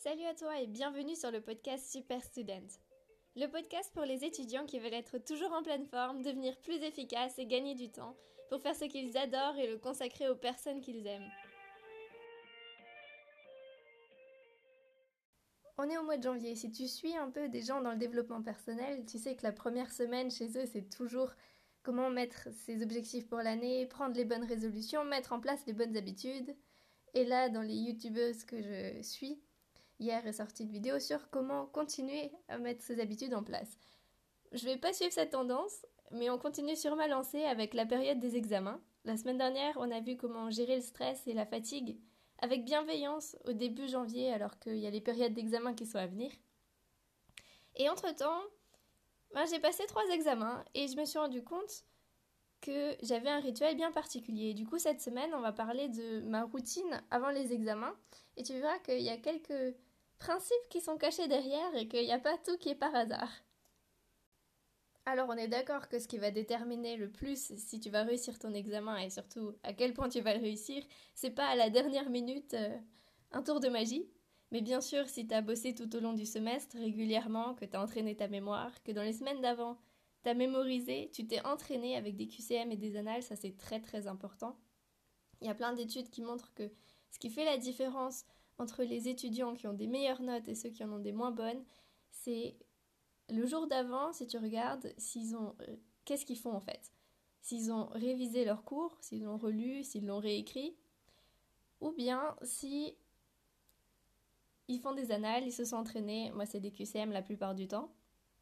Salut à toi et bienvenue sur le podcast Super Student. Le podcast pour les étudiants qui veulent être toujours en pleine forme, devenir plus efficaces et gagner du temps pour faire ce qu'ils adorent et le consacrer aux personnes qu'ils aiment. On est au mois de janvier. Si tu suis un peu des gens dans le développement personnel, tu sais que la première semaine chez eux, c'est toujours comment mettre ses objectifs pour l'année, prendre les bonnes résolutions, mettre en place les bonnes habitudes. Et là, dans les youtubeuses que je suis, hier est sortie une vidéo sur comment continuer à mettre ses habitudes en place. Je vais pas suivre cette tendance, mais on continue sur ma lancée avec la période des examens. La semaine dernière, on a vu comment gérer le stress et la fatigue avec bienveillance au début janvier alors qu'il y a les périodes d'examen qui sont à venir. Et entre-temps, j'ai passé 3 examens et je me suis rendu compte que j'avais un rituel bien particulier. Du coup, cette semaine, on va parler de ma routine avant les examens et tu verras qu'il y a quelques principes qui sont cachés derrière et qu'il n'y a pas tout qui est par hasard. Alors on est d'accord que ce qui va déterminer le plus si tu vas réussir ton examen et surtout à quel point tu vas le réussir, c'est pas à la dernière minute un tour de magie. Mais bien sûr, si tu as bossé tout au long du semestre régulièrement, que tu as entraîné ta mémoire, que dans les semaines d'avant, tu as mémorisé, tu t'es entraîné avec des QCM et des annales, ça c'est très très important. Il y a plein d'études qui montrent que ce qui fait la différence entre les étudiants qui ont des meilleures notes et ceux qui en ont des moins bonnes, c'est le jour d'avant, si tu regardes, qu'est-ce qu'ils font en fait? S'ils ont révisé leur cours, s'ils l'ont relu, s'ils l'ont réécrit, ou bien si ils font des annales, ils se sont entraînés, moi c'est des QCM la plupart du temps.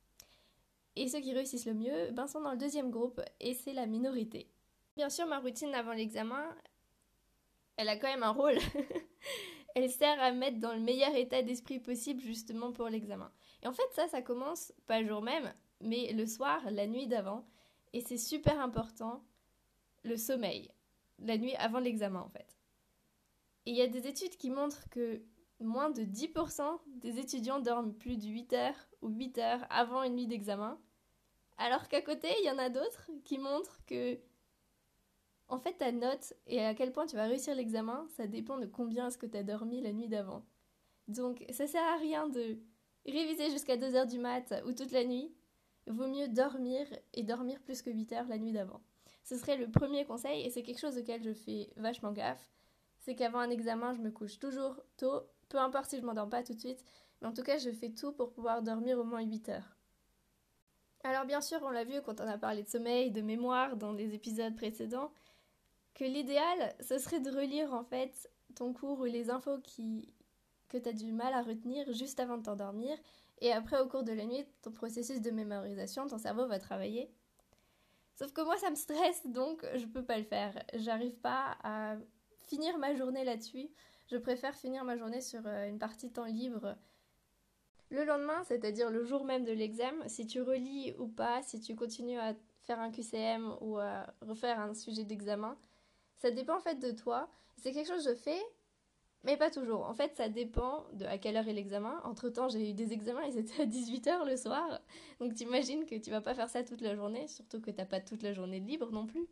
Et ceux qui réussissent le mieux sont dans le deuxième groupe et c'est la minorité. Bien sûr, ma routine avant l'examen, elle a quand même un rôle. Elle sert à mettre dans le meilleur état d'esprit possible justement pour l'examen. Et en fait, ça commence pas le jour même, mais le soir, la nuit d'avant. Et c'est super important, le sommeil, la nuit avant l'examen en fait. Et il y a des études qui montrent que moins de 10% des étudiants dorment plus de 8 heures ou 8 heures avant une nuit d'examen. Alors qu'à côté, il y en a d'autres qui montrent que en fait, ta note et à quel point tu vas réussir l'examen, ça dépend de combien est-ce que tu as dormi la nuit d'avant. Donc, ça sert à rien de réviser jusqu'à 2 heures du mat ou toute la nuit. Vaut mieux dormir et dormir plus que 8 heures la nuit d'avant. Ce serait le premier conseil et c'est quelque chose auquel je fais vachement gaffe. C'est qu'avant un examen, je me couche toujours tôt, peu importe si je m'endors pas tout de suite, mais en tout cas, je fais tout pour pouvoir dormir au moins 8 heures. Alors bien sûr, on l'a vu quand on a parlé de sommeil, de mémoire dans les épisodes précédents, que l'idéal, ce serait de relire en fait ton cours ou les infos que tu as du mal à retenir juste avant de t'endormir. Et après, au cours de la nuit, ton processus de mémorisation, ton cerveau va travailler. Sauf que moi, ça me stresse, donc je peux pas le faire. J'arrive pas à finir ma journée là-dessus. Je préfère finir ma journée sur une partie temps libre. Le lendemain, c'est-à-dire le jour même de l'examen, si tu relis ou pas, si tu continues à faire un QCM ou à refaire un sujet d'examen, ça dépend en fait de toi. C'est quelque chose que je fais, mais pas toujours. En fait, ça dépend de à quelle heure est l'examen. Entre-temps, j'ai eu des examens et c'était à 18 h le soir. Donc t'imagines que tu vas pas faire ça toute la journée, surtout que t'as pas toute la journée de libre non plus.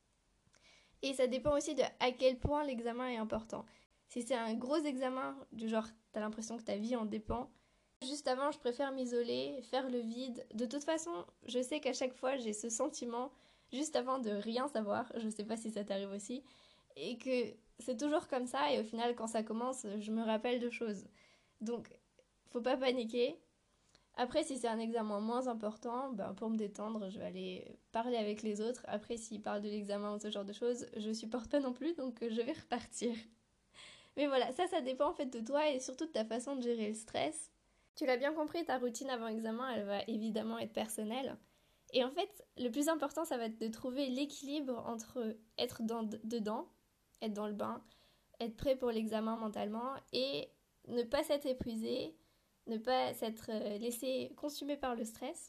Et ça dépend aussi de à quel point l'examen est important. Si c'est un gros examen, du genre t'as l'impression que ta vie en dépend, juste avant, je préfère m'isoler, faire le vide. De toute façon, je sais qu'à chaque fois, j'ai ce sentiment juste avant de rien savoir. Je sais pas si ça t'arrive aussi. Et que c'est toujours comme ça. Et au final, quand ça commence, je me rappelle de choses. Donc, faut pas paniquer. Après, si c'est un examen moins important, pour me détendre, je vais aller parler avec les autres. Après, s'ils parlent de l'examen ou ce genre de choses, je supporte pas non plus, donc je vais repartir. Mais voilà, ça dépend en fait de toi et surtout de ta façon de gérer le stress. Tu l'as bien compris, ta routine avant examen, elle va évidemment être personnelle. Et en fait, le plus important, ça va être de trouver l'équilibre entre être dedans, être dans le bain, être prêt pour l'examen mentalement et ne pas s'être épuisé, ne pas s'être laissé consumer par le stress.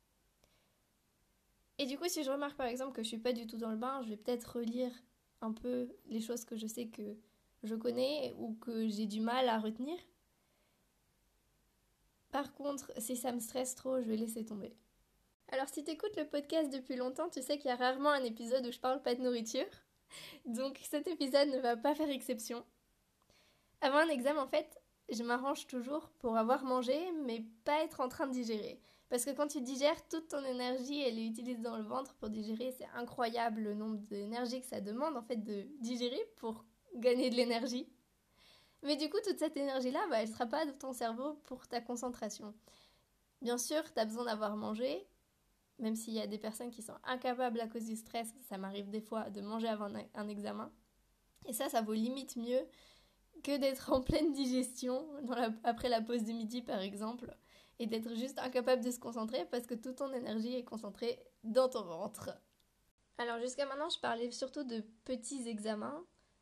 Et du coup, si je remarque par exemple que je suis pas du tout dans le bain, je vais peut-être relire un peu les choses que je sais que je connais ou que j'ai du mal à retenir. Par contre, si ça me stresse trop, je vais laisser tomber. Alors si t'écoutes le podcast depuis longtemps, tu sais qu'il y a rarement un épisode où je parle pas de nourriture. Donc cet épisode ne va pas faire exception. Avant un examen, en fait, je m'arrange toujours pour avoir mangé, mais pas être en train de digérer. Parce que quand tu digères, toute ton énergie, elle est utilisée dans le ventre pour digérer. C'est incroyable le nombre d'énergie que ça demande, en fait, de digérer pour gagner de l'énergie. Mais du coup, toute cette énergie-là, elle ne sera pas dans ton cerveau pour ta concentration. Bien sûr, tu as besoin d'avoir mangé, même s'il y a des personnes qui sont incapables à cause du stress, ça m'arrive des fois de manger avant un examen. Et ça vaut limite mieux que d'être en pleine digestion après la pause du midi par exemple, et d'être juste incapable de se concentrer parce que toute ton énergie est concentrée dans ton ventre. Alors jusqu'à maintenant, je parlais surtout de petits examens,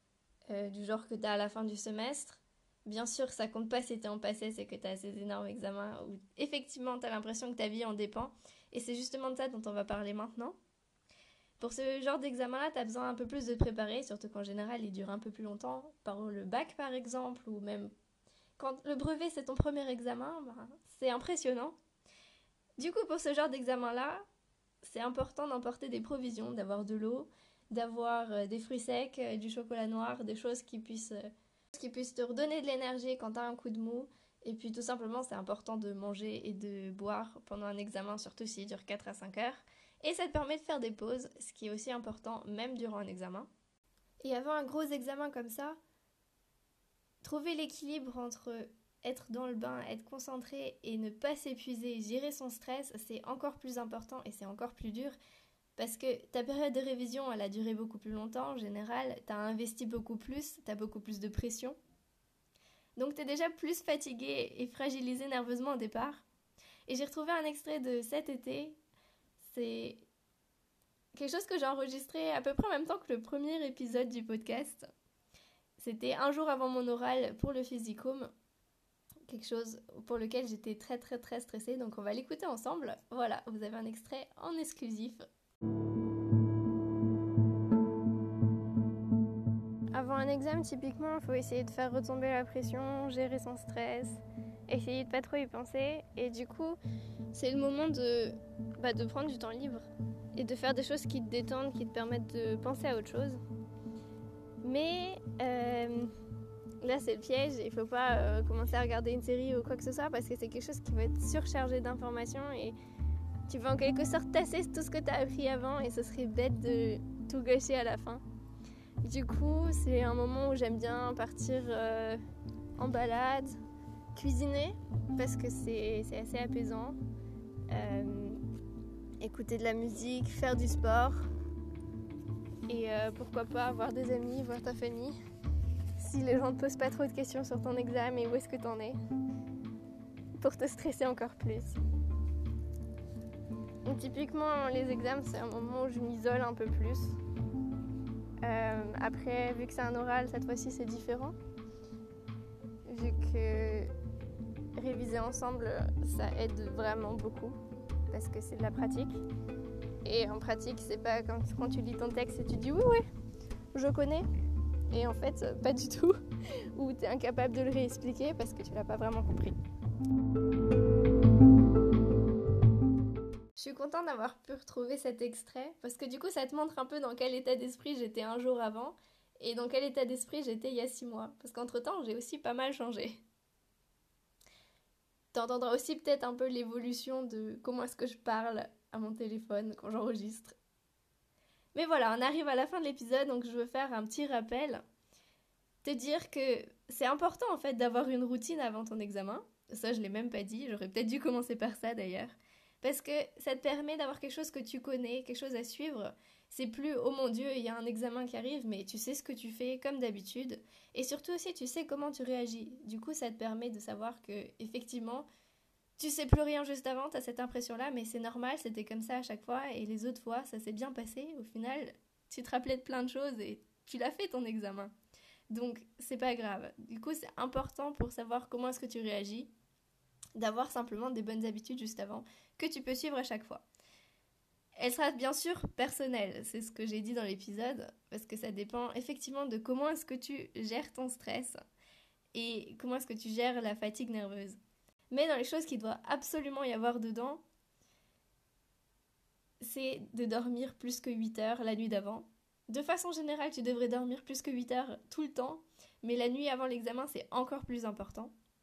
du genre que tu as à la fin du semestre. Bien sûr, ça compte pas si t'es en passé, c'est que tu as ces énormes examens où effectivement tu as l'impression que ta vie en dépend. Et c'est justement de ça dont on va parler maintenant. Pour ce genre d'examen-là, tu as besoin un peu plus de te préparer, surtout qu'en général, il dure un peu plus longtemps. Par le bac, par exemple, ou même quand le brevet, c'est ton premier examen, c'est impressionnant. Du coup, pour ce genre d'examen-là, c'est important d'emporter des provisions, d'avoir de l'eau, d'avoir des fruits secs, du chocolat noir, des choses qui puissent te redonner de l'énergie quand tu as un coup de mou. Et puis tout simplement, c'est important de manger et de boire pendant un examen, surtout s'il dure 4 à 5 heures. Et ça te permet de faire des pauses, ce qui est aussi important même durant un examen. Et avant un gros examen comme ça, trouver l'équilibre entre être dans le bain, être concentré et ne pas s'épuiser, gérer son stress, c'est encore plus important et c'est encore plus dur parce que ta période de révision, elle a duré beaucoup plus longtemps en général, t'as investi beaucoup plus, t'as beaucoup plus de pression. Donc t'es déjà plus fatigué et fragilisé nerveusement au départ. Et j'ai retrouvé un extrait de cet été, c'est quelque chose que j'ai enregistré à peu près en même temps que le premier épisode du podcast. C'était un jour avant mon oral pour le physicum, quelque chose pour lequel j'étais très très très stressée, donc on va l'écouter ensemble. Voilà, vous avez un extrait en exclusif. Avant un examen, typiquement, il faut essayer de faire retomber la pression, gérer son stress, essayer de pas trop y penser, et du coup, c'est le moment de prendre du temps libre et de faire des choses qui te détendent, qui te permettent de penser à autre chose. Mais là, c'est le piège. Il ne faut pas commencer à regarder une série ou quoi que ce soit parce que c'est quelque chose qui va être surchargé d'informations et tu vas en quelque sorte tasser tout ce que tu as appris avant et ce serait bête de tout gâcher à la fin. Du coup, c'est un moment où j'aime bien partir en balade, cuisiner parce que c'est assez apaisant, écouter de la musique, faire du sport et pourquoi pas avoir des amis, voir ta famille. Si les gens ne te posent pas trop de questions sur ton examen et où est-ce que t'en es, pour te stresser encore plus. Donc typiquement, les examens, c'est un moment où je m'isole un peu plus. Après, vu que c'est un oral, cette fois-ci, c'est différent. Vu que réviser ensemble, ça aide vraiment beaucoup, parce que c'est de la pratique. Et en pratique, c'est pas quand tu lis ton texte et tu dis « oui, je connais ». Et en fait, pas du tout, ou tu es incapable de le réexpliquer parce que tu l'as pas vraiment compris. Je suis contente d'avoir pu retrouver cet extrait parce que du coup, ça te montre un peu dans quel état d'esprit j'étais un jour avant et dans quel état d'esprit j'étais il y a 6 mois. Parce qu'entre-temps, j'ai aussi pas mal changé. T'entendras aussi peut-être un peu l'évolution de comment est-ce que je parle à mon téléphone quand j'enregistre. Mais voilà, on arrive à la fin de l'épisode, donc je veux faire un petit rappel. Te dire que c'est important en fait d'avoir une routine avant ton examen. Ça, je l'ai même pas dit, j'aurais peut-être dû commencer par ça d'ailleurs. Parce que ça te permet d'avoir quelque chose que tu connais, quelque chose à suivre. C'est plus, oh mon Dieu, il y a un examen qui arrive, mais tu sais ce que tu fais comme d'habitude. Et surtout aussi, tu sais comment tu réagis. Du coup, ça te permet de savoir que, effectivement, tu sais plus rien juste avant, t'as cette impression-là, mais c'est normal, c'était comme ça à chaque fois, et les autres fois, ça s'est bien passé. Au final, tu te rappelais de plein de choses et tu l'as fait ton examen. Donc, c'est pas grave. Du coup, c'est important pour savoir comment est-ce que tu réagis, d'avoir simplement des bonnes habitudes juste avant, que tu peux suivre à chaque fois. Elle sera bien sûr personnelle, c'est ce que j'ai dit dans l'épisode, parce que ça dépend effectivement de comment est-ce que tu gères ton stress et comment est-ce que tu gères la fatigue nerveuse. Mais dans les choses qu'il doit absolument y avoir dedans, c'est de dormir plus que 8 heures la nuit d'avant. De façon générale, tu devrais dormir plus que 8 heures tout le temps, mais la nuit avant l'examen, c'est encore plus important.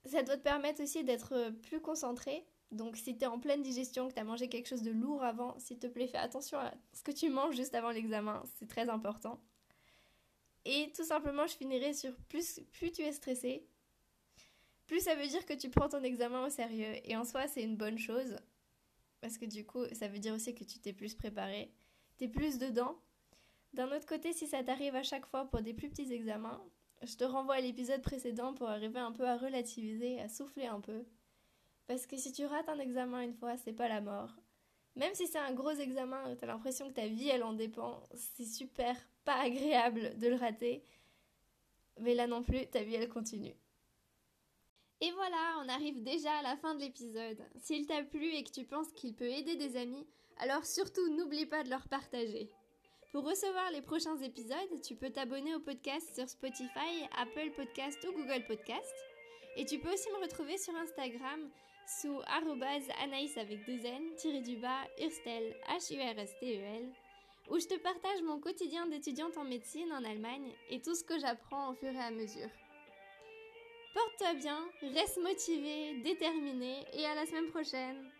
Ça doit te permettre aussi d'être plus concentré. Donc si t'es en pleine digestion, que t'as mangé quelque chose de lourd avant, s'il te plaît, fais attention à ce que tu manges juste avant l'examen, c'est très important. Et tout simplement, je finirai sur plus tu es stressé, plus ça veut dire que tu prends ton examen au sérieux. Et en soi, c'est une bonne chose, parce que du coup, ça veut dire aussi que tu t'es plus préparé, t'es plus dedans. D'un autre côté, si ça t'arrive à chaque fois pour des plus petits examens, je te renvoie à l'épisode précédent pour arriver un peu à relativiser, à souffler un peu. Parce que si tu rates un examen une fois, c'est pas la mort. Même si c'est un gros examen, t'as l'impression que ta vie, elle en dépend, c'est super pas agréable de le rater. Mais là non plus, ta vie, elle continue. Et voilà, on arrive déjà à la fin de l'épisode. S'il t'a plu et que tu penses qu'il peut aider des amis, alors surtout n'oublie pas de leur partager. Pour recevoir les prochains épisodes, tu peux t'abonner au podcast sur Spotify, Apple Podcast ou Google Podcast. Et tu peux aussi me retrouver sur Instagram sous @anaïs avec 2 n _Hurstel HURSTEL, où je te partage mon quotidien d'étudiante en médecine en Allemagne et tout ce que j'apprends au fur et à mesure. Porte-toi bien, reste motivé, déterminé et à la semaine prochaine.